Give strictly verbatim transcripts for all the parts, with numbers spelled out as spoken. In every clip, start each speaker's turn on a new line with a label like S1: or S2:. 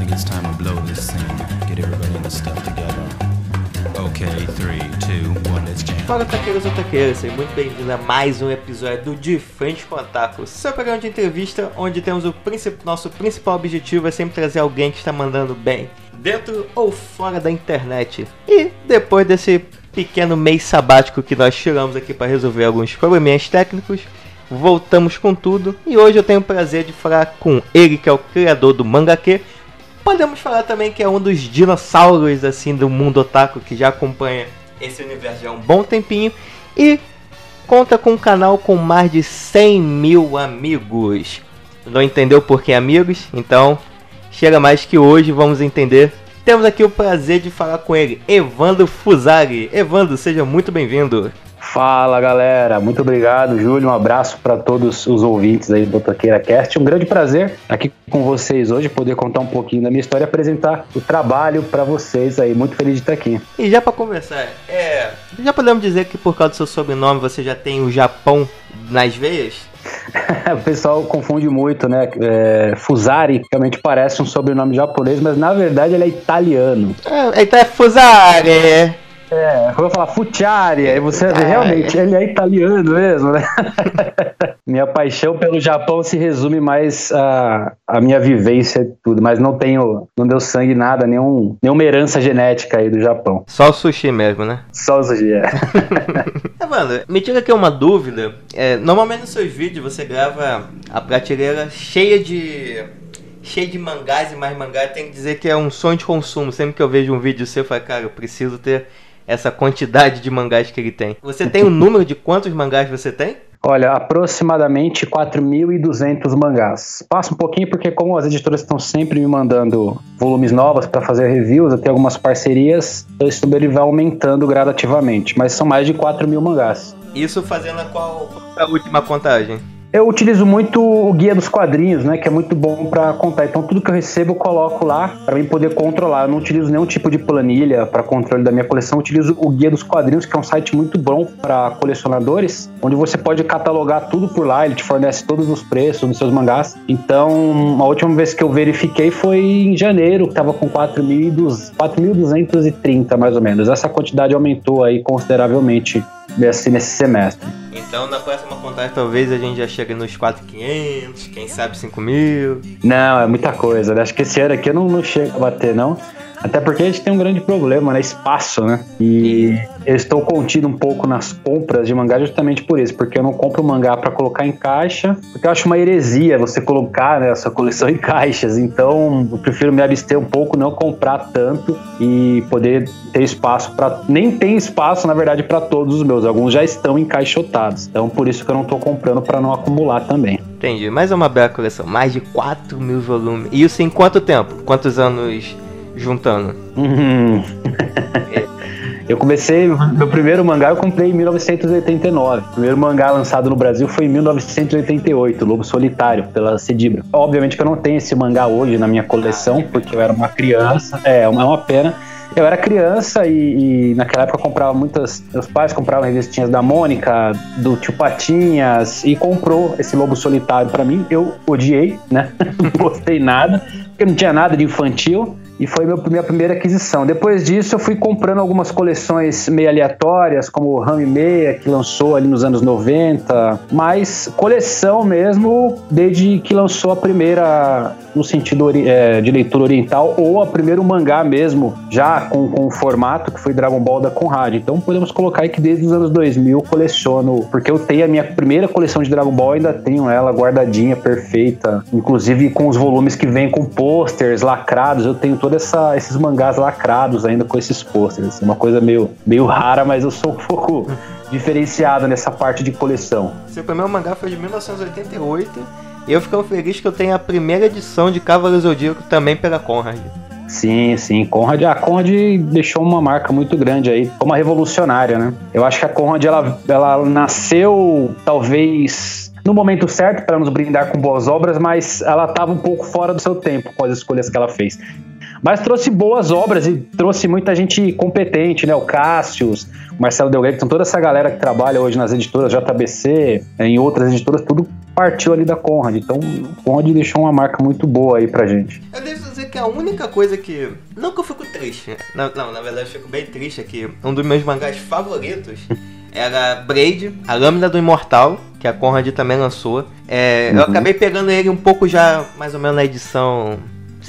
S1: think it's time to blow this thing. Get everybody in the stuff together. Ok, three, two, one, let's jam.
S2: Fala, taqueiros ou taqueiras, seja muito bem-vindo a mais um episódio do De Frente com o Otaku, seu programa de entrevista onde temos o princip... nosso principal objetivo é sempre trazer alguém que está mandando bem, dentro ou fora da internet. E depois desse pequeno mês sabático que nós tiramos aqui para resolver alguns probleminhas técnicos, voltamos com tudo. E hoje eu tenho o prazer de falar com ele, que é o criador do Mangaquê. Podemos falar também que é um dos dinossauros assim do mundo otaku, que já acompanha esse universo já há um bom tempinho. E conta com um canal com mais de cem mil amigos. Não entendeu por que amigos? Então chega mais que hoje vamos entender. Temos aqui o prazer de falar com ele, Evandro Fusari. Evandro, seja muito bem-vindo.
S3: Fala, galera, muito obrigado, Júlio, um abraço para todos os ouvintes aí do Toqueira Cast, um grande prazer aqui com vocês hoje, poder contar um pouquinho da minha história e apresentar o trabalho para vocês aí, muito feliz de estar aqui.
S2: E já para começar, é, já podemos dizer que por causa do seu sobrenome você já tem o Japão nas veias?
S3: O pessoal confunde muito, né? É, Fusari realmente parece um sobrenome japonês, mas na verdade ele é italiano.
S2: É, então é Fusari.
S3: É, eu vou falar Fucciari, aí você vê, realmente, ele é italiano mesmo, né? Minha paixão pelo Japão se resume mais a, a minha vivência e tudo, mas não tenho, não deu sangue nada, nenhum, nenhuma herança genética aí do Japão.
S2: Só o sushi mesmo, né?
S3: Só o sushi, é.
S2: Evandro, me tira aqui uma dúvida, é, normalmente nos seus vídeos você grava a prateleira cheia de... cheio de mangás e mais mangás. Tem que dizer que é um sonho de consumo. Sempre que eu vejo um vídeo seu, eu falo, cara, eu preciso ter essa quantidade de mangás que ele tem. Você tem um número de quantos mangás você tem?
S3: Olha, aproximadamente quatro mil e duzentos mangás. Passa um pouquinho porque como as editoras estão sempre me mandando volumes novos para fazer reviews, eu tenho algumas parcerias, então esse número vai aumentando gradativamente, mas são mais de quatro mil mangás.
S2: Isso fazendo a qual a última contagem?
S3: Eu utilizo muito o guia dos quadrinhos, né, que é muito bom para contar. Então tudo que eu recebo eu coloco lá para mim poder controlar. Eu não utilizo nenhum tipo de planilha para controle da minha coleção. Eu utilizo o guia dos quadrinhos, que é um site muito bom para colecionadores, onde você pode catalogar tudo por lá. Ele te fornece todos os preços dos seus mangás. Então a última vez que eu verifiquei foi em janeiro, que estava com quatro mil duzentos e trinta mais ou menos. Essa quantidade aumentou aí consideravelmente nesse, nesse semestre.
S2: Então na próxima contagem talvez a gente já chegue nos quatro mil e quinhentos, quem sabe cinco mil.
S3: Não, é muita coisa, né? Acho que esse ano aqui eu não, não chego a bater, não. Até porque a gente tem um grande problema, né? Espaço, né? E eu estou contido um pouco nas compras de mangá justamente por isso, porque eu não compro mangá para colocar em caixa, porque eu acho uma heresia você colocar, né, a sua coleção em caixas. Então eu prefiro me abster um pouco, não comprar tanto e poder ter espaço para... Nem tem espaço, na verdade, para todos os meus. Alguns já estão encaixotados. Então por isso que eu não estou comprando, para não acumular também.
S2: Entendi. Mas é uma bela coleção. Mais de quatro mil volumes. E isso em quanto tempo? Quantos anos juntando?
S3: Uhum. Eu comecei, meu primeiro mangá eu comprei em mil novecentos e oitenta e nove. O primeiro mangá lançado no Brasil foi em mil novecentos e oitenta e oito, Lobo Solitário, pela Cedibra. Obviamente que eu não tenho esse mangá hoje na minha coleção, porque eu era uma criança. É, é uma pena. Eu era criança e, e naquela época eu comprava muitas... Meus pais compravam revistinhas da Mônica, do Tio Patinhas, e comprou esse Lobo Solitário pra mim. Eu odiei, né? Não gostei nada, porque não tinha nada de infantil. E foi a minha primeira aquisição. Depois disso eu fui comprando algumas coleções meio aleatórias, como o Rami Meia, que lançou ali nos anos noventa. Mas coleção mesmo, desde que lançou a primeira, no sentido é, de leitura oriental, ou a primeiro mangá mesmo, já com, com o formato, que foi Dragon Ball da Conrad. Então podemos colocar aí que desde os anos dois mil eu coleciono, porque eu tenho a minha primeira coleção de Dragon Ball, ainda tenho ela guardadinha, perfeita. Inclusive com os volumes que vêm com posters lacrados, eu tenho todos essa, esses mangás lacrados ainda com esses posters. Uma coisa meio, meio rara, mas eu sou um pouco diferenciado nessa parte de coleção.
S2: Seu primeiro mangá foi de mil novecentos e oitenta e oito e eu fico feliz que eu tenho a primeira edição de Cavaleiro Zodíaco também pela Conrad.
S3: Sim, sim, Conrad, a Conrad deixou uma marca muito grande aí, como uma revolucionária, né? Eu acho que a Conrad, ela, ela nasceu talvez no momento certo para nos brindar com boas obras, mas ela estava um pouco fora do seu tempo com as escolhas que ela fez. Mas trouxe boas obras e trouxe muita gente competente, né? O Cassius, o Marcelo Delgado, então toda essa galera que trabalha hoje nas editoras J B C, em outras editoras, tudo partiu ali da Conrad. Então, o Conrad deixou uma marca muito boa aí pra gente.
S2: Eu devo dizer que a única coisa que... Não que eu fico triste, né? Não, não, na verdade eu fico bem triste aqui. Um dos meus mangás favoritos era Blade, a Lâmina do Imortal, que a Conrad também lançou. É, uhum. Eu acabei pegando ele um pouco já, mais ou menos na edição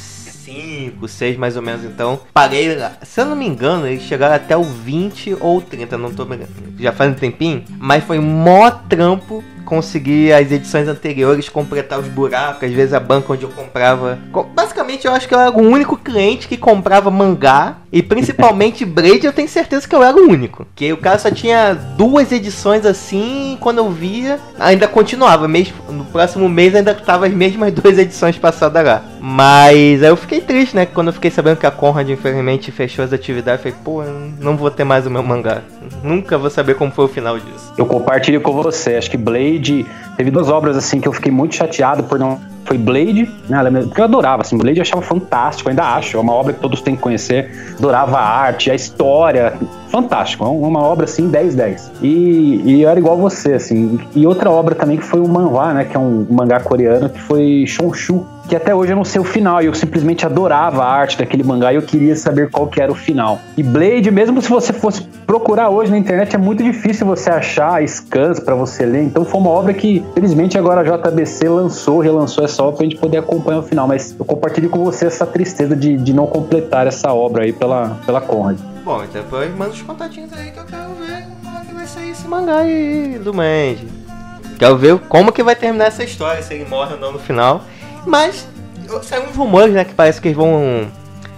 S2: cinco, seis mais ou menos, então. Parei, se eu não me engano, eles chegaram até o vinte ou trinta, não tô me lembrando. Já faz um tempinho, mas foi mó trampo conseguir as edições anteriores, completar os buracos, às vezes a banca onde eu comprava... Basicamente, eu acho que eu era o único cliente que comprava mangá, e principalmente Blade, eu tenho certeza que eu era o único. Que o cara só tinha duas edições assim, e quando eu via, ainda continuava. Mês, no próximo mês ainda tava as mesmas duas edições passadas lá. Mas aí eu fiquei triste, né? Quando eu fiquei sabendo que a Conrad, infelizmente, fechou as atividades, eu falei, pô, eu não vou ter mais o meu mangá. Nunca vou saber como foi o final disso.
S3: Eu compartilho com você, acho que Blade teve duas obras assim que eu fiquei muito chateado por não... Foi Blade, né? Porque eu adorava, assim, Blade eu achava fantástico, ainda acho, é uma obra que todos têm que conhecer, adorava a arte, a história, fantástico, é uma obra assim, dez dez. E, e eu era igual você, assim, e outra obra também que foi o manhwa, né, que é um mangá coreano, que foi Shonshu, que até hoje eu não sei o final, e eu simplesmente adorava a arte daquele mangá e eu queria saber qual que era o final. E Blade, mesmo se você fosse procurar hoje na internet, é muito difícil você achar scans pra você ler, então foi uma obra que, felizmente, agora a J B C lançou, relançou essa obra pra gente poder acompanhar o final, mas eu compartilho com você essa tristeza de, de não completar essa obra aí pela, pela Conrad.
S2: Bom, então depois manda os contatinhos aí que eu quero ver como é que vai sair esse mangá aí do Mandy. Quero ver como que vai terminar essa história, se ele morre ou não no final. Mas saiu uns rumores, né, que parece que eles vão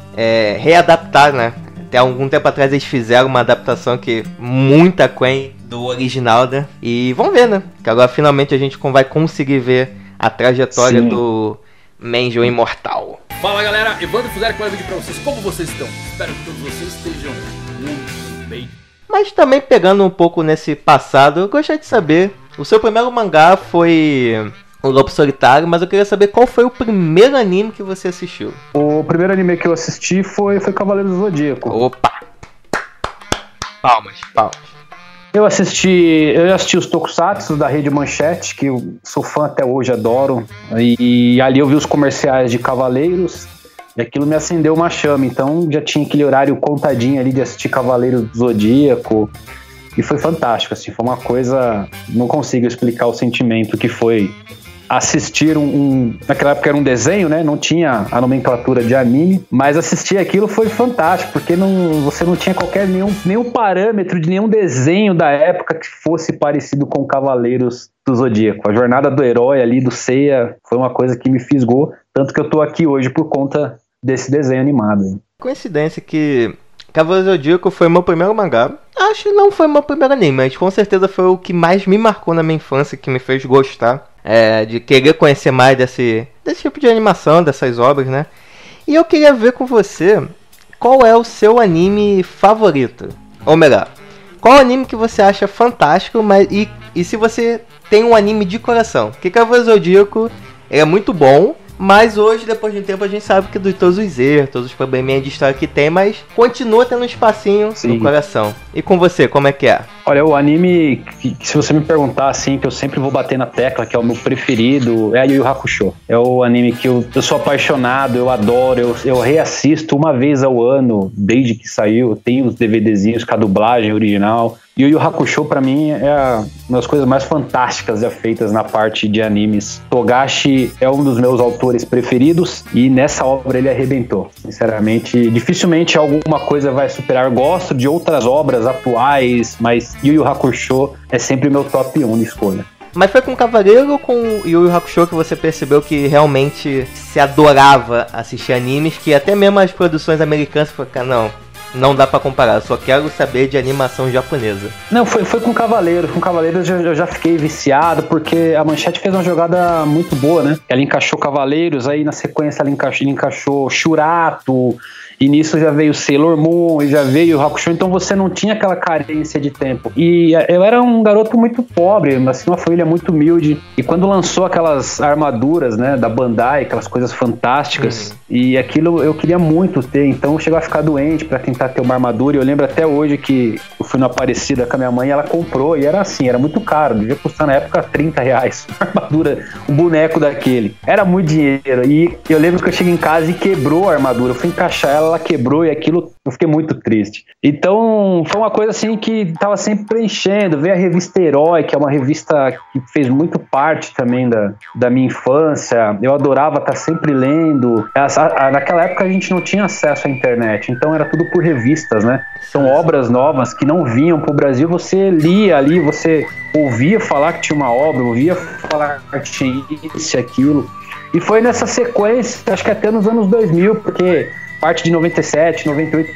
S2: é, readaptar, né? Até algum tempo atrás eles fizeram uma adaptação que muito aquém do original, né? E vamos ver, né? Que agora finalmente a gente vai conseguir ver a trajetória Sim. do Mandy Imortal.
S4: Fala galera, Evandro Fuzari com o vídeo pra vocês. Como vocês estão? Espero que todos vocês estejam muito bem.
S2: Mas também pegando um pouco nesse passado, eu gostaria de saber, o seu primeiro mangá foi O Lobo Solitário, mas eu queria saber qual foi o primeiro anime que você assistiu.
S3: O primeiro anime que eu assisti foi, foi Cavaleiro do Zodíaco.
S2: Opa! Palmas, palmas.
S3: Eu assisti, eu assisti os Tokusatsu da Rede Manchete, que eu sou fã até hoje, adoro. E, e ali eu vi os comerciais de Cavaleiros, e aquilo me acendeu uma chama. Então já tinha aquele horário contadinho ali de assistir Cavaleiro do Zodíaco. E foi fantástico, assim, foi uma coisa... Não consigo explicar o sentimento que foi assistir um, um... Naquela época era um desenho, né? Não tinha a nomenclatura de anime, mas assistir aquilo foi fantástico, porque não, você não tinha qualquer nenhum, nenhum parâmetro de nenhum desenho da época que fosse parecido com Cavaleiros do Zodíaco. A jornada do herói ali, do Seiya, foi uma coisa que me fisgou, tanto que eu tô aqui hoje por conta desse desenho animado. Hein?
S2: Coincidência que Cavaleiro do Zodíaco foi meu primeiro mangá. Acho que não foi meu primeiro anime, mas com certeza foi o que mais me marcou na minha infância, que me fez gostar. É, de querer conhecer mais desse, desse tipo de animação, dessas obras, né? E eu queria ver com você qual é o seu anime favorito. Ou melhor, qual anime que você acha fantástico, mas e, e se você tem um anime de coração. Porque Cavaleiro do Zodíaco é muito bom, mas hoje, depois de um tempo, a gente sabe que de todos os erros, todos os probleminhas de história que tem, mas continua tendo um espacinho Sim. no coração. E com você, como é que é?
S3: Olha, o anime, que, se você me perguntar, assim, que eu sempre vou bater na tecla, que é o meu preferido, é Yu Yu Hakusho. É o anime que eu, eu sou apaixonado, eu adoro, eu, eu reassisto uma vez ao ano, desde que saiu, eu tenho os DVDzinhos com a dublagem original. Yu Yu Hakusho, pra mim, é uma das coisas mais fantásticas já feitas na parte de animes. Togashi é um dos meus autores preferidos e nessa obra ele arrebentou. Sinceramente, dificilmente alguma coisa vai superar. Gosto de outras obras atuais, mas Yu Yu Hakusho é sempre meu top um de escolha.
S2: Mas foi com Cavaleiro ou com Yu Yu Hakusho que você percebeu que realmente se adorava assistir animes, que até mesmo as produções americanas foram, não... Não dá pra comparar, eu só quero saber de animação japonesa.
S3: Não, foi, foi com Cavaleiro. Com Cavaleiro eu já, eu já fiquei viciado, porque a Manchete fez uma jogada muito boa, né? Ela encaixou Cavaleiros, aí na sequência ela encaixou, ela encaixou Shurato, E nisso já veio Sailor Moon, e já veio Hakusho, então você não tinha aquela carência de tempo. E eu era um garoto muito pobre, assim, uma família muito humilde. E quando lançou aquelas armaduras, né, da Bandai, aquelas coisas fantásticas, uhum. e aquilo eu queria muito ter, então eu cheguei a ficar doente pra tentar ter uma armadura. E eu lembro até hoje que eu fui no Aparecida com a minha mãe e ela comprou, e era assim, era muito caro, devia custar na época trinta reais uma armadura, um boneco daquele. Era muito dinheiro. E eu lembro que eu cheguei em casa e quebrou a armadura. Eu fui encaixar ela, ela quebrou e aquilo, eu fiquei muito triste. Então, foi uma coisa assim que tava sempre preenchendo. Veio a revista Herói, que é uma revista que fez muito parte também da, da minha infância. Eu adorava estar sempre lendo. Naquela época a gente não tinha acesso à internet, então era tudo por revistas, né? São obras novas que não vinham pro Brasil, você lia ali, você ouvia falar que tinha uma obra, ouvia falar que tinha isso e aquilo. E foi nessa sequência, acho que até nos anos dois mil, porque parte de noventa e sete, noventa e oito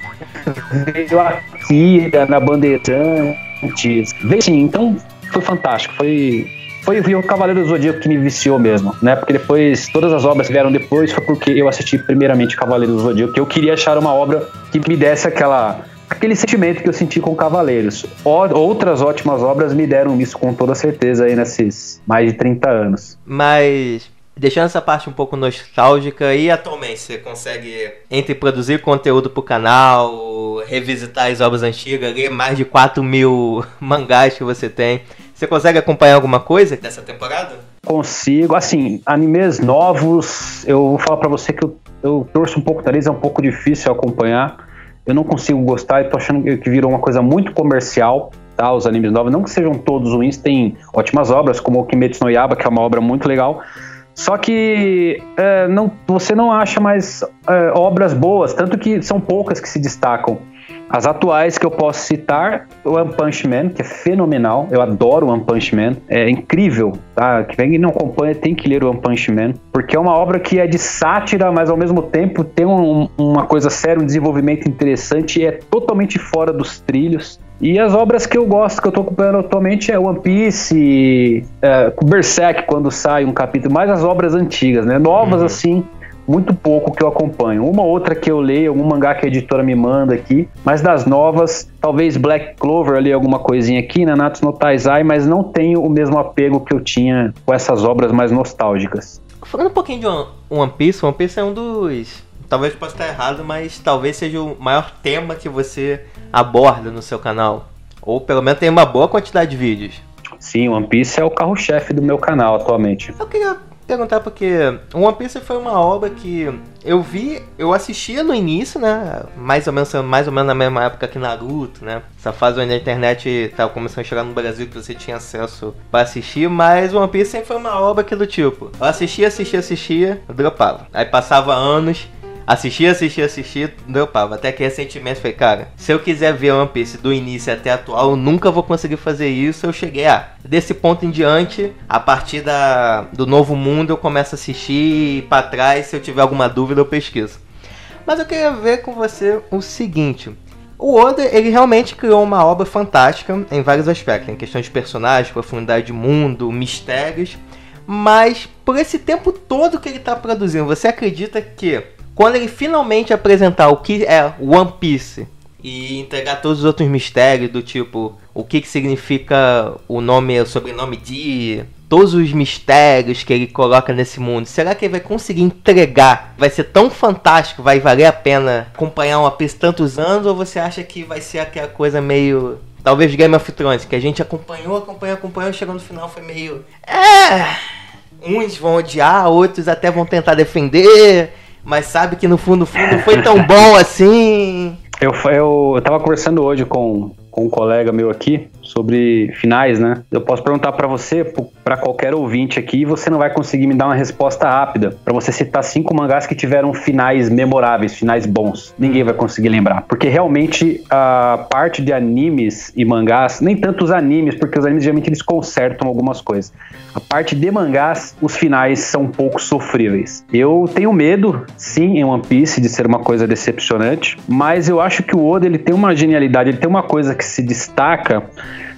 S3: veio a Kira na Bandeirantes. Veio sim, então foi fantástico. Foi, foi, foi o Cavaleiro do Zodíaco que me viciou mesmo, né? Porque depois, todas as obras que vieram depois foi porque eu assisti primeiramente Cavaleiro do Zodíaco, que eu queria achar uma obra que me desse aquela... aquele sentimento que eu senti com Cavaleiros. Outras ótimas obras me deram isso com toda certeza aí nesses mais de trinta anos.
S2: Mas, deixando essa parte um pouco nostálgica, e atualmente você consegue, entre produzir conteúdo pro canal, revisitar as obras antigas, ler mais de quatro mil mangás que você tem, você consegue acompanhar alguma coisa dessa temporada?
S3: Consigo. Assim, animes novos, eu vou falar pra você que eu, eu torço um pouco o nariz, é um pouco difícil acompanhar. Eu não consigo gostar, eu tô achando que virou uma coisa muito comercial, tá? Os animes novos, não que sejam todos ruins, tem ótimas obras, como o Kimetsu no Yaiba, que é uma obra muito legal, só que é, não, você não acha mais é, obras boas, tanto que são poucas que se destacam. As atuais que eu posso citar, One Punch Man, que é fenomenal, eu adoro One Punch Man, é incrível, tá? Quem não acompanha tem que ler One Punch Man, porque é uma obra que é de sátira, mas ao mesmo tempo tem um, uma coisa séria, um desenvolvimento interessante e é totalmente fora dos trilhos. E as obras que eu gosto, que eu tô acompanhando atualmente é One Piece, é, Berserk, quando sai um capítulo, mais as obras antigas, né? Novas, uhum. assim, muito pouco que eu acompanho. Uma outra que eu leio, algum mangá que a editora me manda aqui, mas das novas, talvez Black Clover, eu li alguma coisinha aqui, Nanatsu no Taizai, mas não tenho o mesmo apego que eu tinha com essas obras mais nostálgicas.
S2: Falando um pouquinho de One Piece, One Piece é um dos... Talvez possa estar errado, mas talvez seja o maior tema que você aborda no seu canal. Ou pelo menos tem uma boa quantidade de vídeos.
S3: Sim, One Piece é o carro-chefe do meu canal atualmente.
S2: Eu queria perguntar porque One Piece foi uma obra que eu vi, eu assistia no início, né? Mais ou menos, mais ou menos na mesma época que Naruto, né? Essa fase onde a internet estava começando a chegar no Brasil, que você tinha acesso para assistir, mas One Piece sempre foi uma obra que do tipo, eu assistia, assistia, assistia, eu dropava. Aí passava anos, assistia, assistia, assistia, dropava. Até que recentemente falei, cara, se eu quiser ver One Piece do início até atual, eu nunca vou conseguir fazer isso. Eu cheguei a, desse ponto em diante, a partir da, do Novo Mundo, eu começo a assistir e pra trás, se eu tiver alguma dúvida, eu pesquiso. Mas eu queria ver com você o seguinte. O Oda, ele realmente criou uma obra fantástica em vários aspectos, em questão de personagens, profundidade de mundo, mistérios. Mas, por esse tempo todo que ele tá produzindo, você acredita que quando ele finalmente apresentar o que é One Piece e entregar todos os outros mistérios do tipo o que, que significa o nome, o sobrenome de todos os mistérios que ele coloca nesse mundo, será que ele vai conseguir entregar? Vai ser tão fantástico, vai valer a pena acompanhar One Piece tantos anos, ou você acha que vai ser aquela coisa meio, talvez Game of Thrones, que a gente acompanhou, acompanhou, acompanhou, chegou no final foi meio, é, uns vão odiar, outros até vão tentar defender, mas sabe que no fundo, no fundo, foi tão bom assim.
S3: Eu, eu, eu tava conversando hoje com, com um colega meu aqui sobre finais, né? Eu posso perguntar pra você, pra qualquer ouvinte aqui, e você não vai conseguir me dar uma resposta rápida. Pra você citar cinco mangás que tiveram finais memoráveis, finais bons. Ninguém vai conseguir lembrar. Porque realmente a parte de animes e mangás, nem tanto os animes, porque os animes geralmente eles consertam algumas coisas. A parte de mangás, os finais são um pouco sofríveis. Eu tenho medo, sim, em One Piece, de ser uma coisa decepcionante, mas eu acho que o Oda, ele tem uma genialidade, ele tem uma coisa que se destaca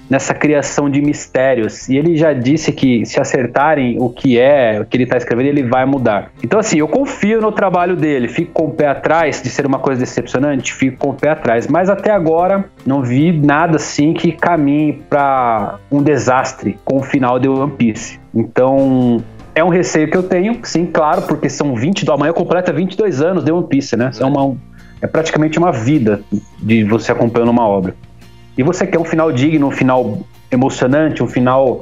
S3: nessa criação de mistérios. E ele já disse que se acertarem o que é, o que ele está escrevendo, ele vai mudar. Então assim, eu confio no trabalho dele, fico com o pé atrás de ser uma coisa decepcionante, fico com o pé atrás. Mas até agora não vi nada assim que caminhe para um desastre com o final de One Piece. Então é um receio que eu tenho, sim, claro, porque são vinte, amanhã completa vinte e dois anos de One Piece, né? É, uma, é praticamente uma vida de você acompanhando uma obra. E você quer um final digno, um final emocionante, um final,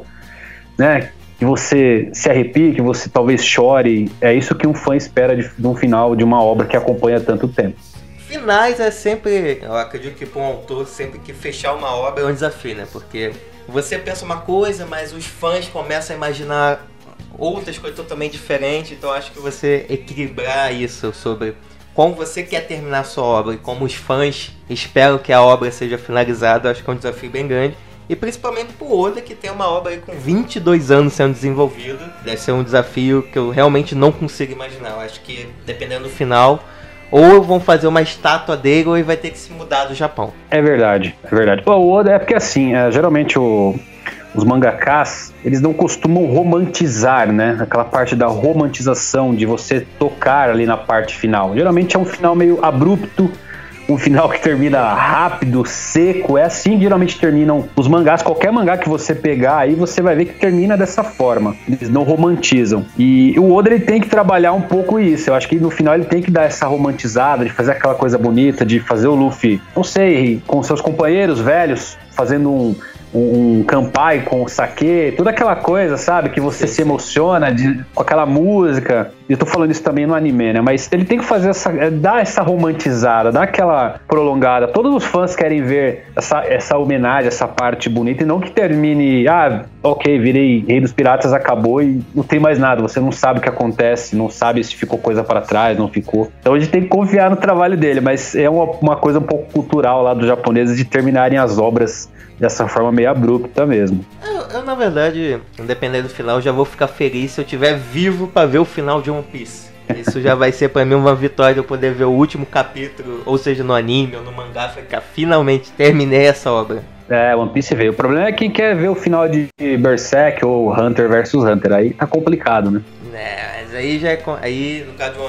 S3: né, que você se arrepie, que você talvez chore. É isso que um fã espera de, de um final de uma obra que acompanha tanto tempo.
S2: Finais é sempre, eu acredito que para um autor, sempre que fechar uma obra é um desafio, né? Porque você pensa uma coisa, mas os fãs começam a imaginar outras coisas totalmente diferentes. Então acho que você equilibrar isso sobre como você quer terminar a sua obra e como os fãs esperam que a obra seja finalizada, acho que é um desafio bem grande. E principalmente pro Oda, que tem uma obra aí com vinte e dois anos sendo desenvolvida. Deve ser um desafio que eu realmente não consigo imaginar. Eu acho que, dependendo do final, ou vão fazer uma estátua dele, ou ele vai ter que se mudar do Japão.
S3: É verdade, é verdade. O Oda é porque assim, é, geralmente o... os mangakás, eles não costumam romantizar, né? Aquela parte da romantização, de você tocar ali na parte final. Geralmente é um final meio abrupto, um final que termina rápido, seco. É assim que geralmente terminam os mangás. Qualquer mangá que você pegar aí, você vai ver que termina dessa forma. Eles não romantizam. E o Oda, ele tem que trabalhar um pouco isso. Eu acho que no final ele tem que dar essa romantizada, de fazer aquela coisa bonita, de fazer o Luffy, não sei, com seus companheiros velhos, fazendo um... um kanpai com o sake, toda aquela coisa, sabe? Que você sim, se emociona de, com aquela música. Eu tô falando isso também no anime, né? Mas ele tem que fazer essa... dar essa romantizada, dar aquela prolongada. Todos os fãs querem ver essa, essa homenagem, essa parte bonita, e não que termine... Ah, ok, virei Rei dos Piratas, acabou e não tem mais nada. Você não sabe o que acontece, não sabe se ficou coisa pra trás, não ficou. Então a gente tem que confiar no trabalho dele, mas é uma, uma coisa um pouco cultural lá dos japoneses de terminarem as obras dessa forma meio abrupta mesmo.
S2: Eu, eu, na verdade, independente do final, já vou ficar feliz se eu estiver vivo pra ver o final de One Piece. Isso já vai ser pra mim uma vitória de eu poder ver o último capítulo, ou seja, no anime ou no mangá, ficar finalmente terminei essa obra.
S3: É, One Piece veio. O problema é quem quer ver o final de Berserk ou Hunter versus Hunter. Aí tá complicado, né?
S2: É, mas aí já é... Aí, no caso do,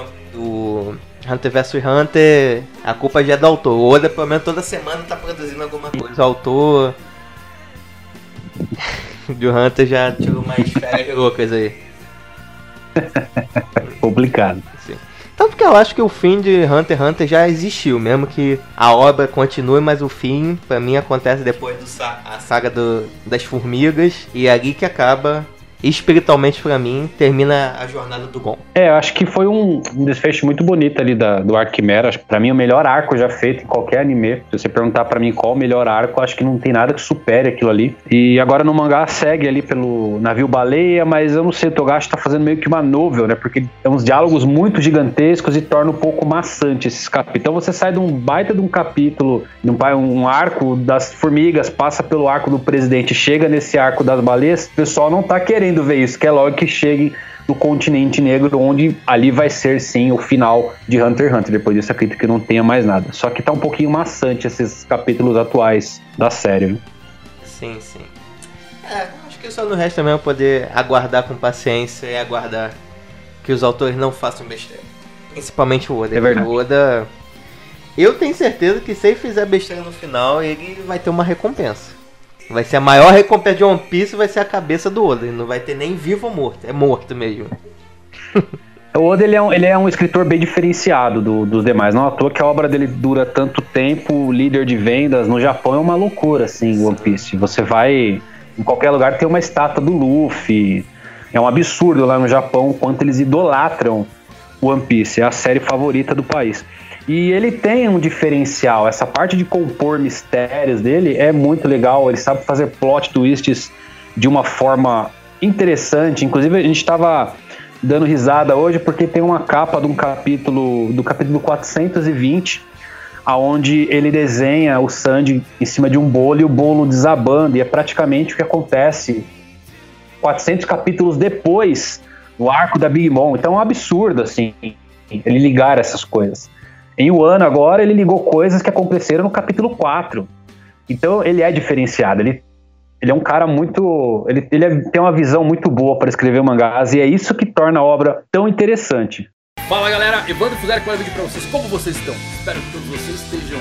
S2: do Hunter versus Hunter, a culpa já é do autor. O Oda, pelo menos, toda semana tá produzindo alguma coisa. O autor do Hunter já tirou umas férias loucas aí.
S3: Complicado.
S2: Sim. Tanto que eu acho que o fim de Hunter x Hunter já existiu, mesmo que a obra continue, mas o fim, pra mim, acontece depois do sa- a saga do, das formigas, e é ali que acaba... espiritualmente, pra mim, termina a jornada do Gon.
S3: É, eu acho que foi um, um desfecho muito bonito ali da, do arco Quimera. Acho que pra mim é o melhor arco já feito em qualquer anime. Se você perguntar pra mim qual o melhor arco, acho que não tem nada que supere aquilo ali. E agora no mangá segue ali pelo navio baleia, mas eu não sei, o Togashi tá fazendo meio que uma novel, né? Porque é uns diálogos muito gigantescos e torna um pouco maçante esses capítulos. Então você sai de um baita de um capítulo, de um, um arco das formigas, passa pelo arco do presidente, chega nesse arco das baleias, o pessoal não tá querendo ver isso, que é logo que chegue no continente negro, onde ali vai ser sim o final de Hunter x Hunter. Depois disso acredito que não tenha mais nada, só que tá um pouquinho maçante esses capítulos atuais da série, né?
S2: Sim, sim. É, acho que só no resto também é poder aguardar com paciência e aguardar que os autores não façam besteira, principalmente o Oda.
S3: É verdade.
S2: O Oda, eu tenho certeza que se ele fizer besteira no final, ele vai ter uma recompensa. Vai ser a maior recompensa de One Piece, vai ser a cabeça do Oda. Ele não vai ter nem vivo ou morto, é morto mesmo.
S3: O Oda, ele é um, ele é um escritor bem diferenciado do, dos demais. Não é à toa que a obra dele dura tanto tempo, líder de vendas. No Japão é uma loucura, assim, One Piece. Você vai... Em qualquer lugar tem uma estátua do Luffy. É um absurdo lá no Japão o quanto eles idolatram One Piece. É a série favorita do país. E ele tem um diferencial. Essa parte de compor mistérios dele é muito legal. Ele sabe fazer plot twists de uma forma interessante. Inclusive, a gente estava dando risada hoje porque tem uma capa de um capítulo, do capítulo quatrocentos e vinte, aonde ele desenha o Sandy em cima de um bolo e o bolo desabando. E é praticamente o que acontece quatrocentos capítulos depois, no arco da Big Mom. Então é um absurdo, assim, ele ligar essas coisas. Em Wano agora ele ligou coisas que aconteceram no capítulo quatro. Então ele é diferenciado, ele Ele é um cara muito... Ele, ele é, tem uma visão muito boa para escrever mangás, e é isso que torna a obra tão interessante.
S4: Fala galera, Evandro Fugari com o vídeo pra vocês. Como vocês estão? Espero que todos vocês estejam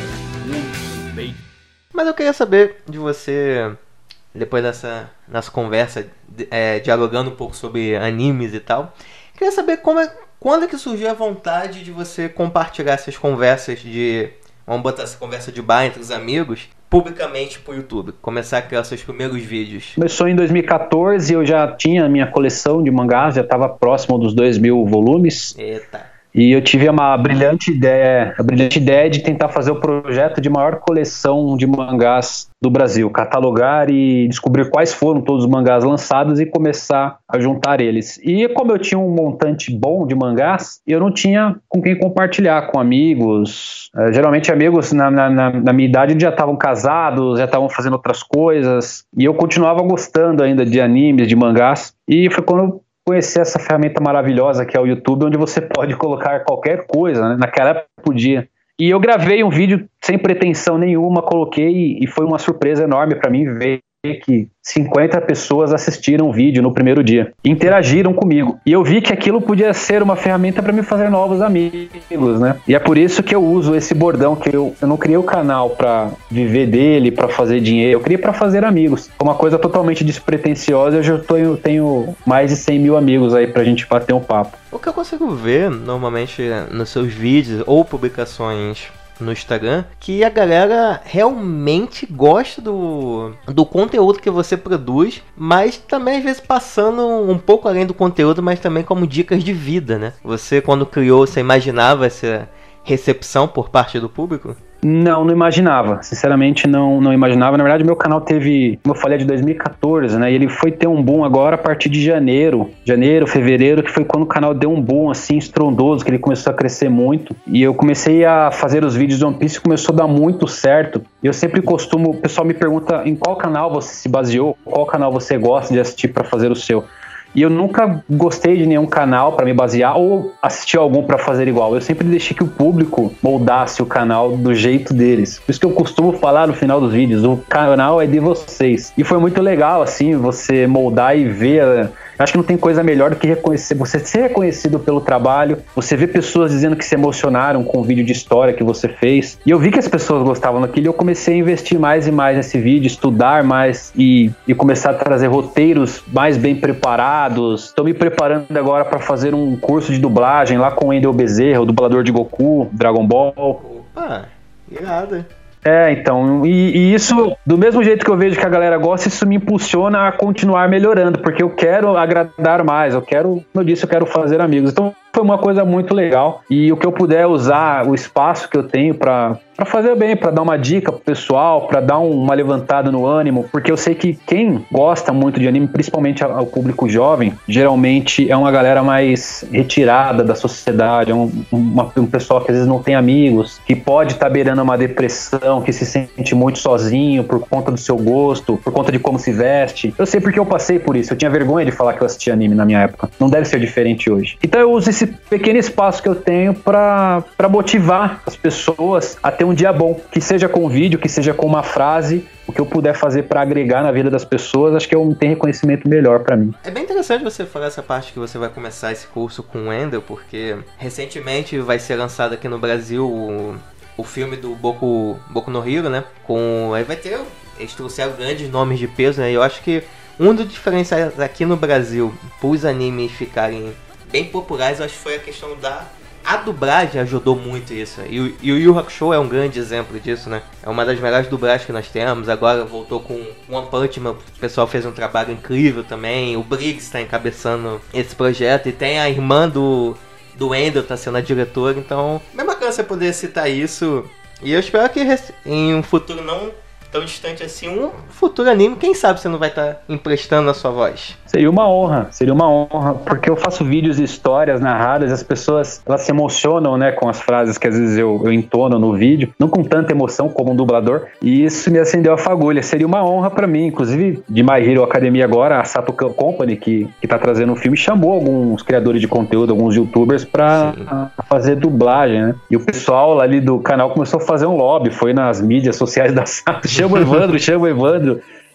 S4: muito bem.
S2: Mas eu queria saber de você, depois dessa nossa conversa, é, dialogando um pouco sobre animes e tal, queria saber como é, quando é que surgiu a vontade de você compartilhar essas conversas de... Vamos botar essa conversa de bar entre os amigos publicamente pro YouTube, começar a criar seus primeiros vídeos.
S3: Começou em dois mil e catorze, eu já tinha a minha coleção de mangás, já estava próximo dos dois mil volumes.
S2: Eita.
S3: E eu tive uma brilhante ideia, a brilhante ideia de tentar fazer o projeto de maior coleção de mangás do Brasil, catalogar e descobrir quais foram todos os mangás lançados e começar a juntar eles. E como eu tinha um montante bom de mangás, eu não tinha com quem compartilhar, com amigos. Uh, geralmente amigos na, na, na minha idade já estavam casados, já estavam fazendo outras coisas, e eu continuava gostando ainda de animes, de mangás, e foi quando eu conhecer essa ferramenta maravilhosa que é o YouTube, onde você pode colocar qualquer coisa, né? Naquela época podia. E eu gravei um vídeo sem pretensão nenhuma, coloquei e foi uma surpresa enorme para mim ver que cinquenta pessoas assistiram o vídeo no primeiro dia, interagiram comigo, e eu vi que aquilo podia ser uma ferramenta para me fazer novos amigos, né? E é por isso que eu uso esse bordão, que eu, eu não criei o canal para viver dele, para fazer dinheiro, eu criei para fazer amigos. Uma coisa totalmente despretensiosa, eu já tenho, tenho mais de cem mil amigos aí pra gente bater um papo.
S2: O que eu consigo ver normalmente nos seus vídeos ou publicações no Instagram, que a galera realmente gosta do, do conteúdo que você produz, mas também às vezes passando um pouco além do conteúdo, mas também como dicas de vida, né? Você, quando criou, você imaginava essa recepção por parte do público?
S3: Não, não imaginava. Sinceramente, não, não imaginava. Na verdade, meu canal teve, como eu falei, é de dois mil e catorze, né? E ele foi ter um boom agora a partir de janeiro. Janeiro, fevereiro, que foi quando o canal deu um boom, assim, estrondoso, que ele começou a crescer muito. E eu comecei a fazer os vídeos de One Piece e começou a dar muito certo. Eu sempre costumo... O pessoal me pergunta em qual canal você se baseou, qual canal você gosta de assistir para fazer o seu. E eu nunca gostei de nenhum canal para me basear ou assistir algum para fazer igual. Eu sempre deixei que o público moldasse o canal do jeito deles. Por isso que eu costumo falar no final dos vídeos, o canal é de vocês. E foi muito legal, assim, você moldar e ver... Acho que não tem coisa melhor do que reconhecer, você ser reconhecido pelo trabalho, você ver pessoas dizendo que se emocionaram com o vídeo de história que você fez. E eu vi que as pessoas gostavam daquilo e eu comecei a investir mais e mais nesse vídeo, estudar mais e, e começar a trazer roteiros mais bem preparados. Estou me preparando agora para fazer um curso de dublagem lá com o Wendel Bezerra, o dublador de Goku, Dragon Ball.
S2: Opa, irado.
S3: É, então, e, e isso, do mesmo jeito que eu vejo que a galera gosta, isso me impulsiona a continuar melhorando, porque eu quero agradar mais, eu quero, como eu disse, eu quero fazer amigos. Então, foi uma coisa muito legal, e o que eu puder usar, o espaço que eu tenho para para fazer bem, para dar uma dica pro pessoal, para dar um, uma levantada no ânimo, porque eu sei que quem gosta muito de anime, principalmente ao público jovem, geralmente é uma galera mais retirada da sociedade, é um, uma, um pessoal que às vezes não tem amigos, que pode estar tá beirando uma depressão, que se sente muito sozinho por conta do seu gosto, por conta de como se veste. Eu sei porque eu passei por isso, eu tinha vergonha de falar que eu assistia anime na minha época, não deve ser diferente hoje. Então eu uso esse pequeno espaço que eu tenho para para motivar as pessoas a ter um dia bom, que seja com vídeo, que seja com uma frase, o que eu puder fazer para agregar na vida das pessoas, acho que eu tenho reconhecimento melhor para mim.
S2: É bem interessante você falar essa parte que você vai começar esse curso com o Wendel, porque recentemente vai ser lançado aqui no Brasil o, o filme do Boku, Boku no Hero, né? Com, aí vai ter, eles trouxeram grandes nomes de peso, né? E eu acho que um dos diferenciais aqui no Brasil, para os animes ficarem bem populares, eu acho que foi a questão da... A dublagem ajudou muito isso. E o Yu Yu Hakusho é um grande exemplo disso, né? É uma das melhores dublagens que nós temos. Agora voltou com One Punch Man. O pessoal fez um trabalho incrível também. O Briggs está encabeçando esse projeto. E tem a irmã do, do Wendel, tá sendo a diretora. Então, é bacana você poder citar isso. E eu espero que em um futuro não tão distante assim, um futuro anime, quem sabe você não vai estar emprestando a sua voz.
S3: Seria uma honra, seria uma honra, porque eu faço vídeos e histórias narradas, as pessoas, elas se emocionam, né, com as frases que às vezes eu, eu entono no vídeo, não com tanta emoção como um dublador, e isso me acendeu a fagulha. Seria uma honra pra mim, inclusive, de My Hero Academia agora, a Sato Company, que, que tá trazendo um filme, chamou alguns criadores de conteúdo, alguns youtubers, pra fazer dublagem, né, e o pessoal ali do canal começou a fazer um lobby, foi nas mídias sociais da Sato, chama o Evandro, chama o Evandro,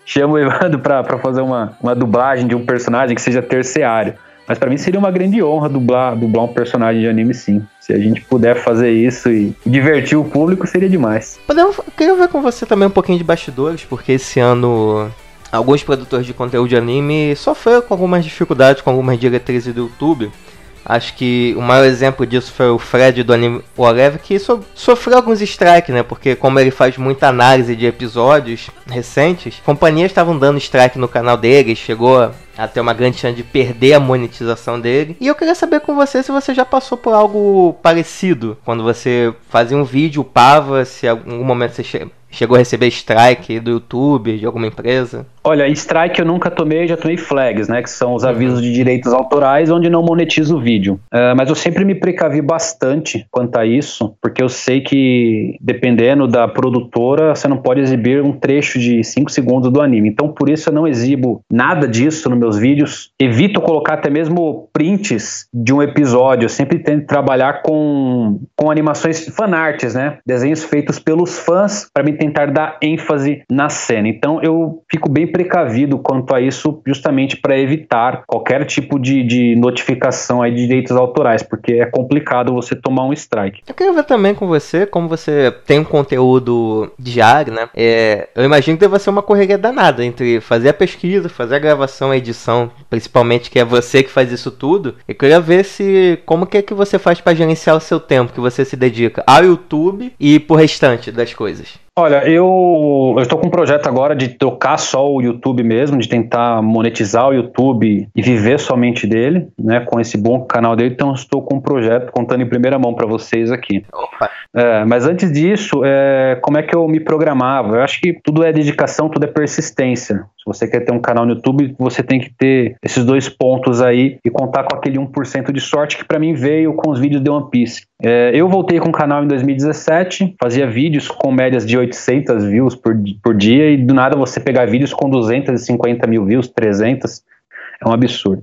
S3: chamo o Evandro pra, pra fazer uma, uma dublagem de um personagem que seja terciário. Mas pra mim seria uma grande honra dublar, dublar um personagem de anime, sim. Se a gente puder fazer isso e divertir o público, seria demais.
S2: Podemos, eu queria ver com você também um pouquinho de bastidores, porque esse ano alguns produtores de conteúdo de anime sofreram com algumas dificuldades, com algumas diretrizes do YouTube. Acho que o maior exemplo disso foi o Fred do Anime Whatever, que so, sofreu alguns strikes, né? Porque como ele faz muita análise de episódios recentes, companhias estavam dando strike no canal dele, chegou a ter uma grande chance de perder a monetização dele. E eu queria saber com você se você já passou por algo parecido, quando você fazia um vídeo, upava, se em algum momento você che- chegou a receber strike do YouTube, de alguma empresa.
S3: Olha, strike eu nunca tomei, já tomei flags, né, que são os avisos de direitos autorais onde não monetiza o vídeo. Uh, mas eu sempre me precavi bastante quanto a isso, porque eu sei que, dependendo da produtora, você não pode exibir um trecho de cinco segundos do anime. Então, por isso eu não exibo nada disso nos meus vídeos. Evito colocar até mesmo prints de um episódio. Eu sempre tento trabalhar com, com animações fanarts, né, desenhos feitos pelos fãs, para me tentar dar ênfase na cena. Então, eu fico bem precavido quanto a isso, justamente para evitar qualquer tipo de, de notificação aí de direitos autorais, porque é complicado você tomar um strike.
S2: Eu queria ver também com você, como você tem um conteúdo diário, né? É, eu imagino que deve ser uma correria danada entre fazer a pesquisa, fazer a gravação, a edição, principalmente que é você que faz isso tudo. Eu queria ver se como que é que você faz para gerenciar o seu tempo, que você se dedica ao YouTube e pro restante das coisas.
S3: Olha, eu eu estou com um projeto agora de tocar só o YouTube mesmo, de tentar monetizar o YouTube e viver somente dele, né, com esse bom canal dele. Então estou com um projeto contando em primeira mão para vocês aqui.
S2: Opa.
S3: É, mas antes disso, é, como é que eu me programava? Eu acho que tudo é dedicação, tudo é persistência. Se você quer ter um canal no YouTube, você tem que ter esses dois pontos aí e contar com aquele um por cento de sorte que para mim veio com os vídeos de One Piece. É, eu voltei com o canal em dois mil e dezessete, fazia vídeos com médias de oitocentas views por, por dia e do nada você pegar vídeos com duzentos e cinquenta mil views, trezentos, é um absurdo.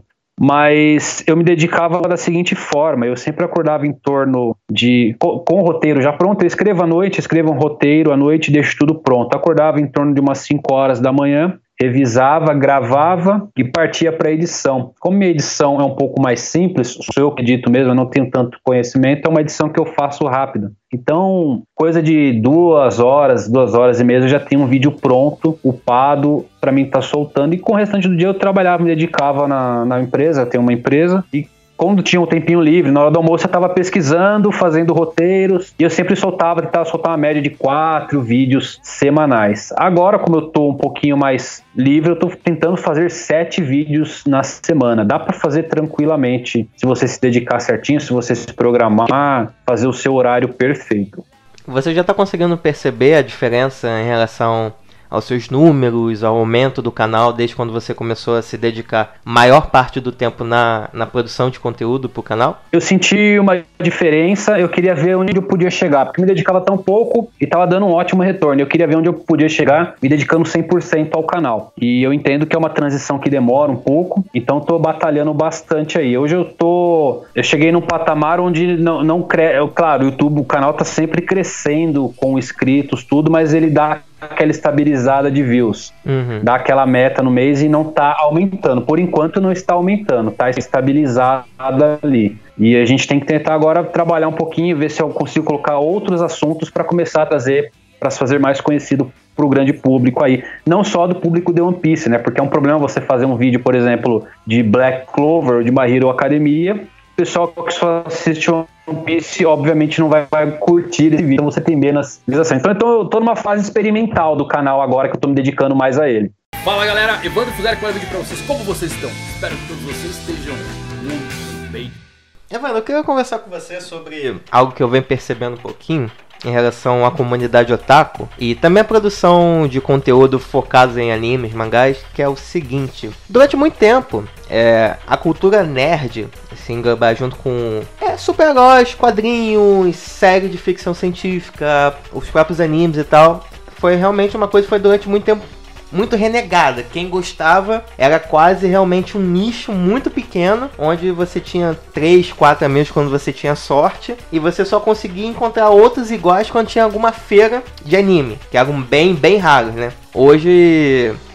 S3: Mas eu me dedicava da seguinte forma, eu sempre acordava em torno de, com, com o roteiro já pronto, eu escrevo à noite, escrevo um roteiro à noite e deixo tudo pronto. Acordava em torno de umas cinco horas da manhã, revisava, gravava e partia para a edição. Como minha edição é um pouco mais simples, sou eu que edito mesmo, eu não tenho tanto conhecimento, é uma edição que eu faço rápida. Então, coisa de duas horas, duas horas e meia, eu já tenho um vídeo pronto, upado, para mim estar tá soltando. E com o restante do dia eu trabalhava, me dedicava na, na empresa, eu tenho uma empresa, e quando tinha um tempinho livre, na hora do almoço eu estava pesquisando, fazendo roteiros, e eu sempre soltava, tentava soltar uma média de quatro vídeos semanais. Agora, como eu estou um pouquinho mais livre, eu estou tentando fazer sete vídeos na semana. Dá para fazer tranquilamente, se você se dedicar certinho, se você se programar, fazer o seu horário perfeito.
S2: Você já está conseguindo perceber a diferença em relação aos seus números, ao aumento do canal, desde quando você começou a se dedicar maior parte do tempo na, na produção de conteúdo pro canal?
S3: Eu senti uma diferença, eu queria ver onde eu podia chegar, porque me dedicava tão pouco e estava dando um ótimo retorno. Eu queria ver onde eu podia chegar me dedicando cem por cento ao canal. E eu entendo que é uma transição que demora um pouco, então estou batalhando bastante aí. Hoje eu tô... Eu cheguei num patamar onde não, não cresce... Claro, o YouTube, o canal está sempre crescendo com inscritos, tudo, mas ele dá aquela estabilizada de views, uhum. Dá aquela meta no mês e não tá aumentando. Por enquanto não está aumentando, tá estabilizada ali. E a gente tem que tentar agora trabalhar um pouquinho, ver se eu consigo colocar outros assuntos para começar a trazer, para se fazer mais conhecido para o grande público aí. Não só do público de One Piece, né? Porque é um problema você fazer um vídeo, por exemplo, de Black Clover ou de My Hero Academia. O pessoal que só assiste One Piece, obviamente, não vai, vai curtir esse vídeo, então você tem menos visualizações. Então, então eu tô numa fase experimental do canal agora, que eu tô me dedicando mais a ele.
S4: Fala, galera, Evandro Fuzari com o vídeo pra vocês. Como vocês estão? Espero que todos vocês estejam muito bem.
S2: Evandro, eu queria conversar com você sobre algo que eu venho percebendo um pouquinho em relação à comunidade otaku e também a produção de conteúdo focado em animes, mangás, que é o seguinte: durante muito tempo, é, a cultura nerd se englobar junto com é, super-heróis, quadrinhos, série de ficção científica, os próprios animes e tal, foi realmente uma coisa que foi durante muito tempo muito renegada. Quem gostava era quase realmente um nicho muito pequeno, onde você tinha três, quatro amigos quando você tinha sorte, e você só conseguia encontrar outros iguais quando tinha alguma feira de anime, que eram bem, bem raros, né? Hoje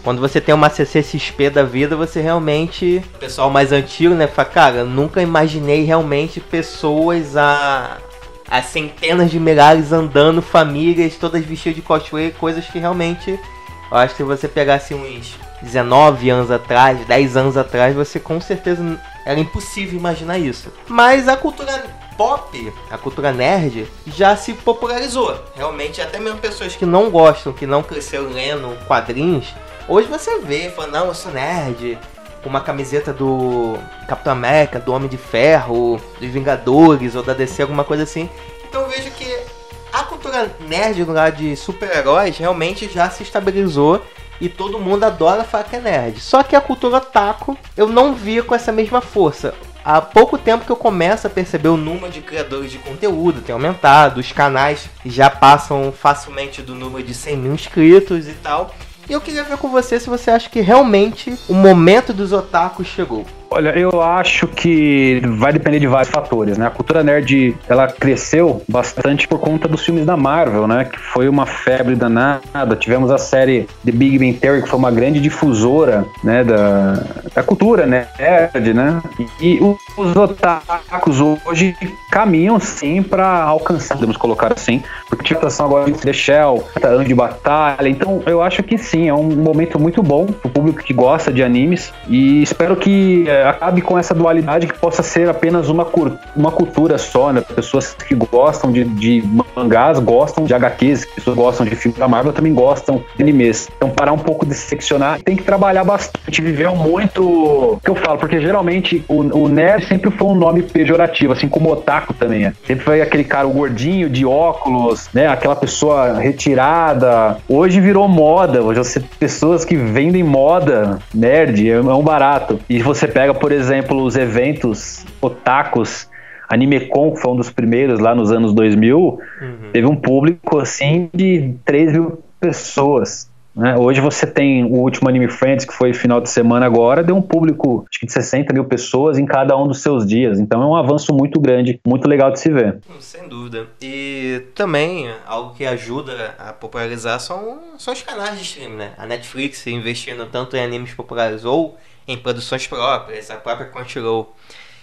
S2: Quando você tem uma C C X P da vida, você realmente... O pessoal mais antigo, né, fala, cara, eu nunca imaginei realmente pessoas a... a centenas de milhares andando, famílias, todas vestidas de cosplay, coisas que realmente... Eu acho que se você pegasse uns dezenove anos atrás, dez anos atrás, você com certeza... Era impossível imaginar isso. Mas a cultura pop, a cultura nerd, já se popularizou. Realmente, até mesmo pessoas que não gostam, que não cresceram lendo quadrinhos, hoje você vê, fala, não, eu sou nerd, com uma camiseta do Capitão América, do Homem de Ferro, dos Vingadores, ou da D C, alguma coisa assim. Então eu vejo que a cultura nerd no lado de super-heróis realmente já se estabilizou. E todo mundo adora falar que é nerd. Só que a cultura otaku eu não via com essa mesma força. Há pouco tempo que eu começo a perceber o número de criadores de conteúdo tem aumentado. Os canais já passam facilmente do número de cem mil inscritos e tal. E eu queria ver com você se você acha que realmente o momento dos otakus chegou.
S3: Olha, eu acho que vai depender de vários fatores, né? A cultura nerd, ela cresceu bastante por conta dos filmes da Marvel, né? Que foi uma febre danada. Tivemos a série The Big Bang Theory, que foi uma grande difusora, né? Da, da cultura, né? Nerd, né? E, e os otakus hoje caminham, sim, para alcançar, podemos colocar assim, porque tive atração agora de The Shell, Ano de Batalha. Então, eu acho que sim, é um momento muito bom pro público que gosta de animes e espero que acabe com essa dualidade, que possa ser apenas uma, uma cultura só, né? Pessoas que gostam de, de mangás, gostam de H Qs, pessoas que gostam de filmes da Marvel também gostam de animes. Então parar um pouco de seccionar, tem que trabalhar bastante, viver muito o que eu falo, porque geralmente o, o nerd sempre foi um nome pejorativo, assim como o otaku também é. Sempre foi aquele cara, o gordinho de óculos, né? Aquela pessoa retirada. Hoje virou moda, hoje você tem pessoas que vendem moda, nerd, é, é um barato. E você pega, por exemplo, os eventos otakus, AnimeCon, que foi um dos primeiros lá nos anos dois mil, uhum. Teve um público assim de três mil pessoas, né? Hoje você tem o último Anime Friends, que foi final de semana agora, deu um público acho que de sessenta mil pessoas em cada um dos seus dias, então é um avanço muito grande, muito legal de se ver.
S2: Sem dúvida. E também algo que ajuda a popularizar são, são os canais de streaming, né? A Netflix investindo tanto em animes populares ou em produções próprias, a própria Crunchyroll,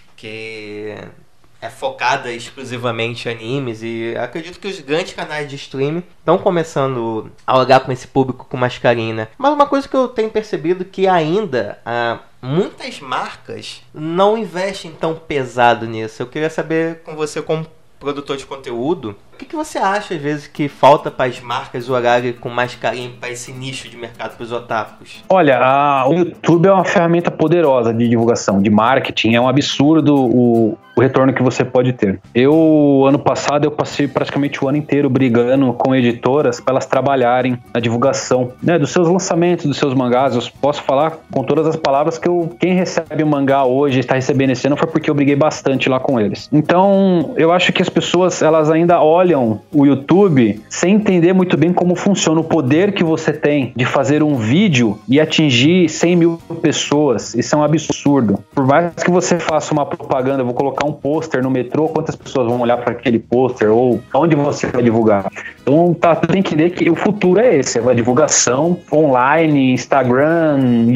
S2: que é focada exclusivamente em animes, e acredito que os grandes canais de streaming estão começando a olhar com esse público com mais carinho, né? Mas uma coisa que eu tenho percebido que ainda ah, muitas marcas não investem tão pesado nisso. Eu queria saber com você, como produtor de conteúdo, o que, que você acha às vezes que falta para as marcas olharem com mais carinho para esse nicho de mercado, para os otakus?
S3: Olha, a, o YouTube é uma ferramenta poderosa de divulgação, de marketing, é um absurdo o, o retorno que você pode ter. Eu, ano passado, eu passei praticamente o ano inteiro brigando com editoras para elas trabalharem na divulgação, né, dos seus lançamentos, dos seus mangás. Eu posso falar com todas as palavras que eu, quem recebe o mangá hoje, está recebendo esse ano, foi porque eu briguei bastante lá com eles. Então, eu acho que as pessoas, elas ainda olham o YouTube sem entender muito bem como funciona, o poder que você tem de fazer um vídeo e atingir cem mil pessoas. Isso é um absurdo. Por mais que você faça uma propaganda, eu vou colocar um pôster no metrô, quantas pessoas vão olhar para aquele pôster, ou onde você vai divulgar? Então tá, tem que entender que o futuro é esse, é a divulgação online, Instagram,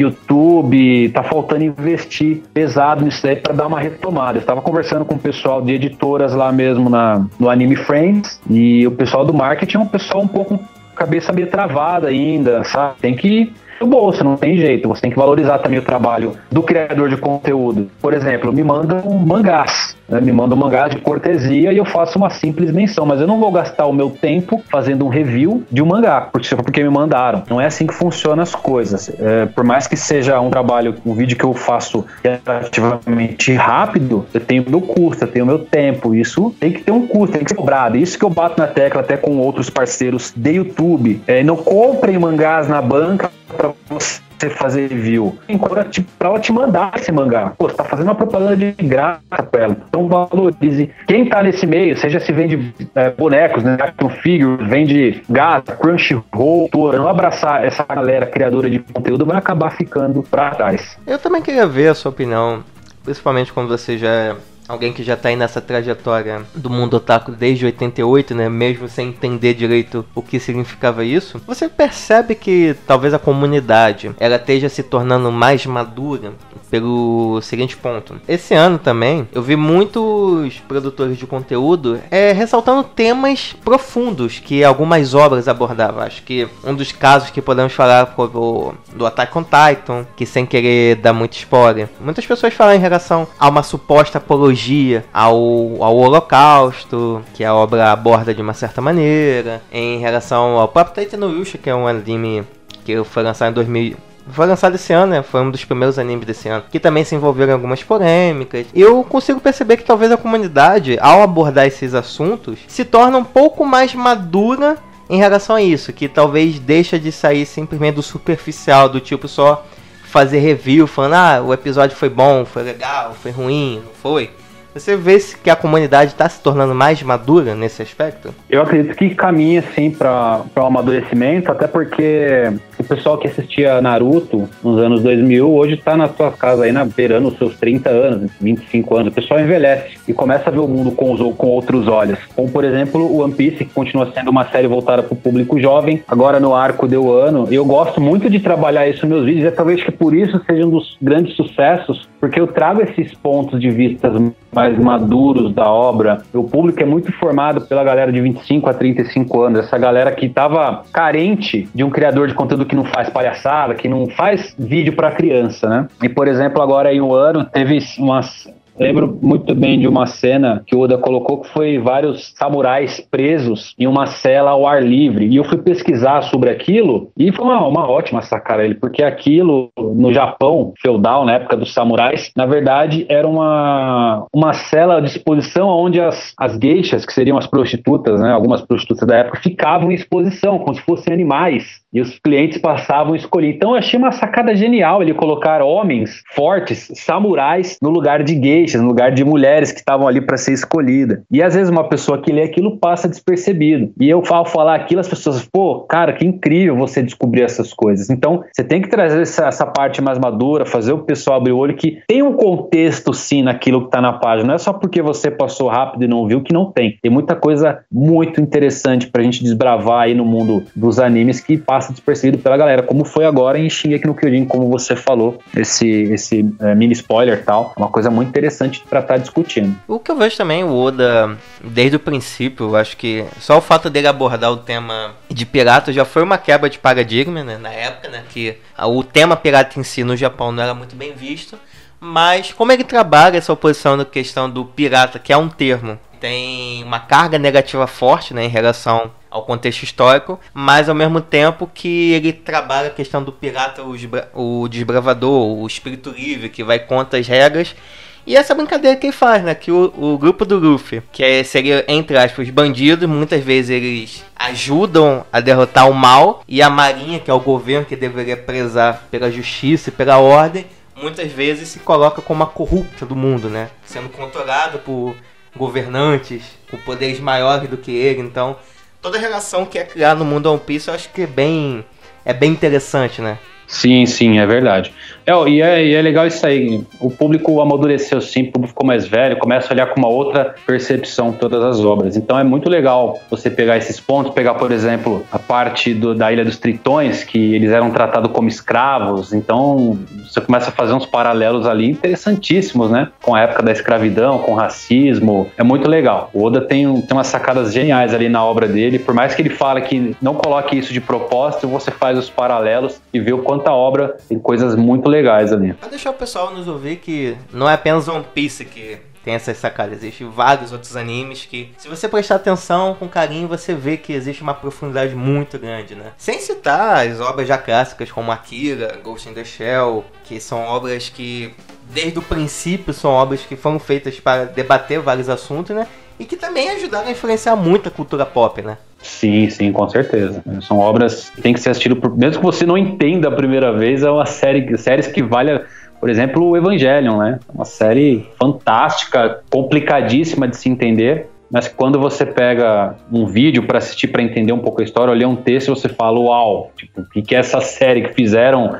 S3: YouTube. Tá faltando investir pesado nisso aí para dar uma retomada. Eu estava conversando com o pessoal de editoras lá mesmo na, no Anime Friends, e o pessoal do marketing é um pessoal um pouco cabeça meio travada ainda, sabe? Tem que no bolso, não tem jeito. Você tem que valorizar também o trabalho do criador de conteúdo. Por exemplo, me mandam mangás, né? Me mandam mangás de cortesia e eu faço uma simples menção, mas eu não vou gastar o meu tempo fazendo um review de um mangá, porque, porque me mandaram. Não é assim que funcionam as coisas. É, por mais que seja um trabalho, um vídeo que eu faço relativamente rápido, eu tenho meu custo, eu tenho meu tempo. Isso tem que ter um custo, tem que ser cobrado. Isso que eu bato na tecla até com outros parceiros de YouTube. É, não comprem mangás na banca para você fazer review, para ela te mandar esse mangá. Pô, você tá fazendo uma propaganda de graça pra ela, então valorize. Quem tá nesse meio, seja se vende é, bonecos, né, action figure, vende gata, Crunchyroll, não abraçar essa galera criadora de conteúdo, vai acabar ficando pra trás.
S2: Eu também queria ver a sua opinião, principalmente quando você já alguém que já tá aí nessa trajetória do mundo otaku desde oitenta e oito, né, mesmo sem entender direito o que significava isso, você percebe que talvez a comunidade ela esteja se tornando mais madura pelo seguinte ponto. Esse ano também eu vi muitos produtores de conteúdo é, ressaltando temas profundos que algumas obras abordavam. Acho que um dos casos que podemos falar foi o do Attack on Titan, que sem querer dar muito spoiler, muitas pessoas falam em relação a uma suposta apologia ao, ao Holocausto, que a obra aborda de uma certa maneira, em relação ao próprio Titan no Yusha, que é um anime que foi lançado em dois mil. Foi lançado esse ano, né? Foi um dos primeiros animes desse ano, que também se envolveram em algumas polêmicas. Eu consigo perceber que talvez a comunidade, ao abordar esses assuntos, se torna um pouco mais madura em relação a isso, que talvez deixa de sair simplesmente do superficial, do tipo só fazer review, falando, ah, o episódio foi bom, foi legal, foi ruim, não foi. Você vê que a comunidade está se tornando mais madura nesse aspecto?
S3: Eu acredito que caminha, sim, para um amadurecimento, até porque o pessoal que assistia Naruto nos anos dois mil, hoje está na sua casa aí, na, beirando os seus trinta anos, vinte e cinco anos. O pessoal envelhece e começa a ver o mundo com, os, com outros olhos. Como, por exemplo, o One Piece, que continua sendo uma série voltada para o público jovem, agora no arco de Wano. Eu gosto muito de trabalhar isso nos meus vídeos, e talvez que por isso seja um dos grandes sucessos, porque eu trago esses pontos de vista mais maduros da obra. O público é muito formado pela galera de vinte e cinco a trinta e cinco anos, essa galera que estava carente de um criador de conteúdo que não faz palhaçada, que não faz vídeo para criança, né? E, por exemplo, agora em um ano teve umas... Lembro muito bem de uma cena que o Oda colocou, que foi vários samurais presos em uma cela ao ar livre. E eu fui pesquisar sobre aquilo e foi uma, uma ótima sacada ele, porque aquilo no Japão feudal, na época dos samurais, na verdade era uma, uma cela de exposição onde as, as geishas, que seriam as prostitutas, né, algumas prostitutas da época, ficavam em exposição, como se fossem animais. E os clientes passavam a escolher. Então eu achei uma sacada genial ele colocar homens fortes, samurais, no lugar de geishas, no lugar de mulheres que estavam ali para ser escolhida. E às vezes uma pessoa que lê aquilo passa despercebido. E eu ao falar aquilo, as pessoas, pô, cara, que incrível você descobrir essas coisas. Então você tem que trazer essa, essa parte mais madura, fazer o pessoal abrir o olho, que tem um contexto sim naquilo que está na página. Não é só porque você passou rápido e não viu que não tem. Tem muita coisa muito interessante pra gente desbravar aí no mundo dos animes que passa despercebido pela galera, como foi agora em Shingeki no Kyojin, como você falou, esse, esse é, mini spoiler e tal, é uma coisa muito interessante para estar discutindo.
S2: O que eu vejo também, o Oda, desde o princípio, eu acho que só o fato dele abordar o tema de pirata já foi uma quebra de paradigma, né, na época, né, que o tema pirata em si no Japão não era muito bem visto, mas como ele trabalha essa oposição na questão do pirata, que é um termo, tem uma carga negativa forte, né, em relação ao contexto histórico, mas ao mesmo tempo que ele trabalha a questão do pirata, o, desbra- o desbravador, o espírito livre, que vai contra as regras. E essa brincadeira que ele faz, né? Que o, o grupo do Luffy, que é, seria, entre aspas, bandidos, muitas vezes eles ajudam a derrotar o mal, e a marinha, que é o governo que deveria prezar pela justiça e pela ordem, muitas vezes se coloca como a corrupta do mundo, né? Sendo controlado por governantes com poderes maiores do que ele. Então toda a relação que é criada no mundo One Piece, eu acho que é bem, é bem interessante, né?
S3: Sim, sim, é verdade. É, e, é, e é legal isso aí. O público amadureceu sim, o público ficou mais velho, começa a olhar com uma outra percepção todas as obras. Então é muito legal você pegar esses pontos, pegar, por exemplo, a parte do, da Ilha dos Tritões, que eles eram tratados como escravos. Então você começa a fazer uns paralelos ali interessantíssimos, né? Com a época da escravidão, com o racismo. É muito legal. O Oda tem, tem umas sacadas geniais ali na obra dele. Por mais que ele fale que não coloque isso de propósito, você faz os paralelos e vê o quanto a obra tem coisas muito legais ali.
S2: Pra deixar o pessoal nos ouvir que não é apenas One Piece que tem essas sacadas, existem vários outros animes que, se você prestar atenção com carinho, você vê que existe uma profundidade muito grande, né? Sem citar as obras já clássicas como Akira, Ghost in the Shell, que são obras que desde o princípio são obras que foram feitas para debater vários assuntos, né? E que também ajudaram a influenciar muito a cultura pop, né?
S3: Sim, sim, com certeza. São obras que tem que ser assistido por... Mesmo que você não entenda a primeira vez, é uma série séries que vale... Por exemplo, o Evangelion, né? Uma série fantástica, complicadíssima de se entender, mas quando você pega um vídeo para assistir, para entender um pouco a história, ou ler um texto, você fala, uau, tipo, o que é essa série que fizeram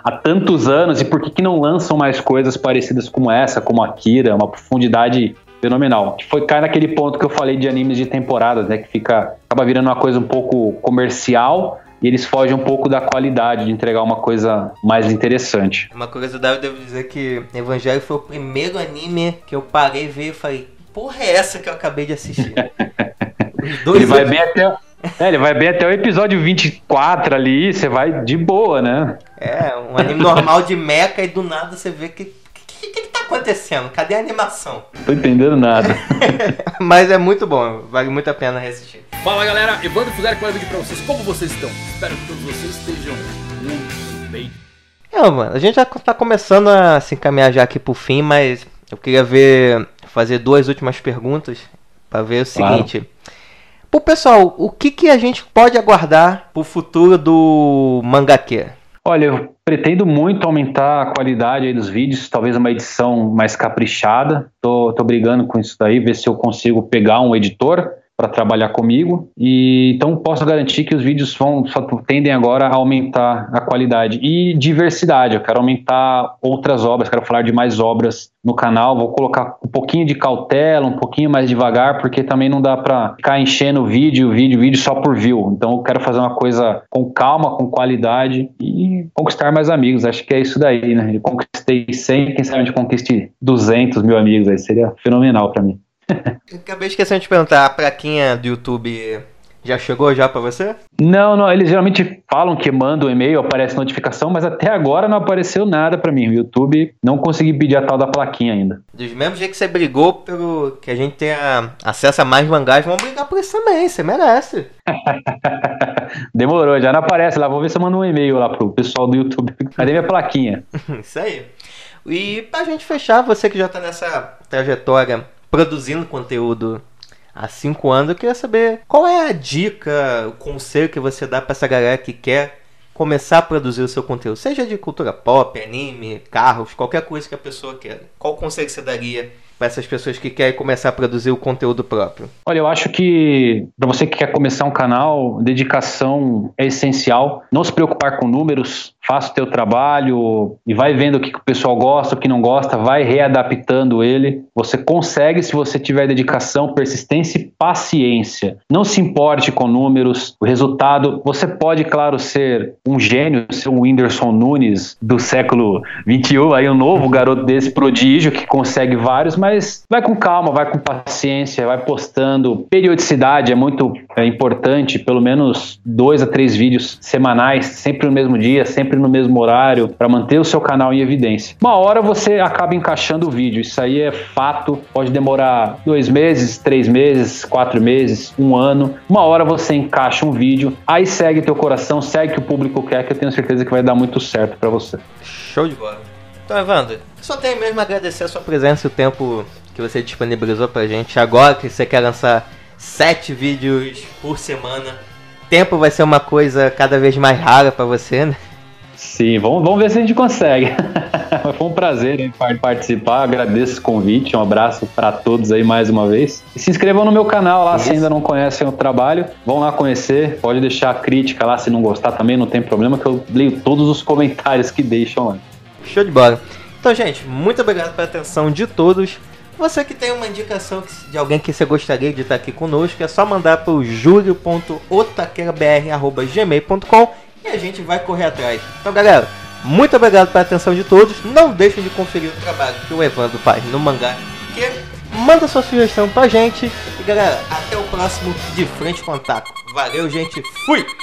S3: há tantos anos e por que, que não lançam mais coisas parecidas como essa, como Akira, uma profundidade fenomenal. Que foi cair naquele ponto que eu falei de animes de temporadas, né? Que fica, acaba virando uma coisa um pouco comercial e eles fogem um pouco da qualidade de entregar uma coisa mais interessante.
S2: Uma curiosidade, eu devo dizer que Evangelho foi o primeiro anime que eu parei, ver e falei, porra é essa que eu acabei de assistir? Os dois
S3: ele vai bem até... É, ele vai bem até o episódio vinte e quatro ali, você vai de boa, né?
S2: É, um anime normal de mecha e do nada você vê que... O que, que, que tá acontecendo? Cadê a animação?
S3: Tô entendendo nada.
S2: Mas é muito bom, vale muito a pena assistir.
S4: Fala galera, Evandro Fuzari com o vídeo pra vocês, como vocês estão? Espero que todos vocês estejam muito bem.
S2: É, mano, a gente já tá começando a se encaminhar já aqui pro fim, mas eu queria ver, fazer duas últimas perguntas pra ver o seguinte... Claro. Pô, pessoal, o que, que a gente pode aguardar pro futuro do Mangaquê?
S3: Olha, eu pretendo muito aumentar a qualidade aí dos vídeos, talvez uma edição mais caprichada. Tô, tô brigando com isso daí, ver se eu consigo pegar um editor para trabalhar comigo. E então posso garantir que os vídeos vão, só tendem agora a aumentar a qualidade e diversidade. Eu quero aumentar outras obras, quero falar de mais obras no canal. Vou colocar um pouquinho de cautela, um pouquinho mais devagar, porque também não dá para ficar enchendo o vídeo, vídeo, vídeo só por view. Então eu quero fazer uma coisa com calma, com qualidade e conquistar mais amigos. Acho que é isso daí, né? Eu conquistei cem, quem sabe a gente conquiste duzentos mil amigos aí, seria fenomenal para mim.
S2: Eu acabei esquecendo de te perguntar, a plaquinha do YouTube já chegou já pra você?
S3: Não, não, eles geralmente falam que mandam um e-mail, aparece notificação, mas até agora não apareceu nada pra mim. O YouTube não consegui pedir a tal da plaquinha ainda.
S2: Dos mesmos jeitos que você brigou pelo que a gente tenha acesso a mais mangás, vamos brigar por isso também, você merece.
S3: Demorou, já não aparece lá, vou ver se eu mando um e-mail lá pro pessoal do YouTube. Cadê minha plaquinha?
S2: Isso aí. E pra gente fechar, você que já tá nessa trajetória produzindo conteúdo há cinco anos, eu queria saber qual é a dica, o conselho que você dá pra essa galera que quer começar a produzir o seu conteúdo, seja de cultura pop, anime, carros, qualquer coisa que a pessoa quer. Qual conselho que você daria para essas pessoas que querem começar a produzir o conteúdo próprio?
S3: Olha, eu acho que para você que quer começar um canal, dedicação é essencial. Não se preocupar com números, faça o teu trabalho e vai vendo o que o pessoal gosta, o que não gosta, vai readaptando ele. Você consegue se você tiver dedicação, persistência e paciência. Não se importe com números, o resultado. Você pode, claro, ser um gênio, ser um Whindersson Nunes do século vinte e um, aí um novo garoto desse prodígio que consegue vários, mas vai com calma, vai com paciência, vai postando. Periodicidade é muito é, importante, pelo menos dois a três vídeos semanais, sempre no mesmo dia, sempre no mesmo horário, para manter o seu canal em evidência. Uma hora você acaba encaixando o vídeo, isso aí é fato, pode demorar dois meses, três meses, quatro meses, um ano. Uma hora você encaixa um vídeo, aí segue teu coração, segue o que o público quer, que eu tenho certeza que vai dar muito certo para você.
S2: Show de bola. Então, Evandro, só tenho mesmo a agradecer a sua presença e o tempo que você disponibilizou pra gente. Agora que você quer lançar sete vídeos por semana, tempo vai ser uma coisa cada vez mais rara pra você, né?
S3: Sim, vamos, vamos ver se a gente consegue. Foi um prazer, hein, participar, agradeço o convite, um abraço para todos aí mais uma vez. E se inscrevam no meu canal lá, Isso. se ainda não conhecem o trabalho, vão lá conhecer, pode deixar a crítica lá, se não gostar também, não tem problema, que eu leio todos os comentários que deixam lá.
S2: Show de bola. Então, gente, muito obrigado pela atenção de todos. Você que tem uma indicação de alguém que você gostaria de estar aqui conosco, é só mandar para o julio ponto otaquerabr arroba gmail ponto com e a gente vai correr atrás. Então, galera, muito obrigado pela atenção de todos. Não deixem de conferir o trabalho que o Evandro faz no mangá, que manda sua sugestão pra gente. E, galera, até o próximo De Frente com o Otaku. Valeu, gente. Fui!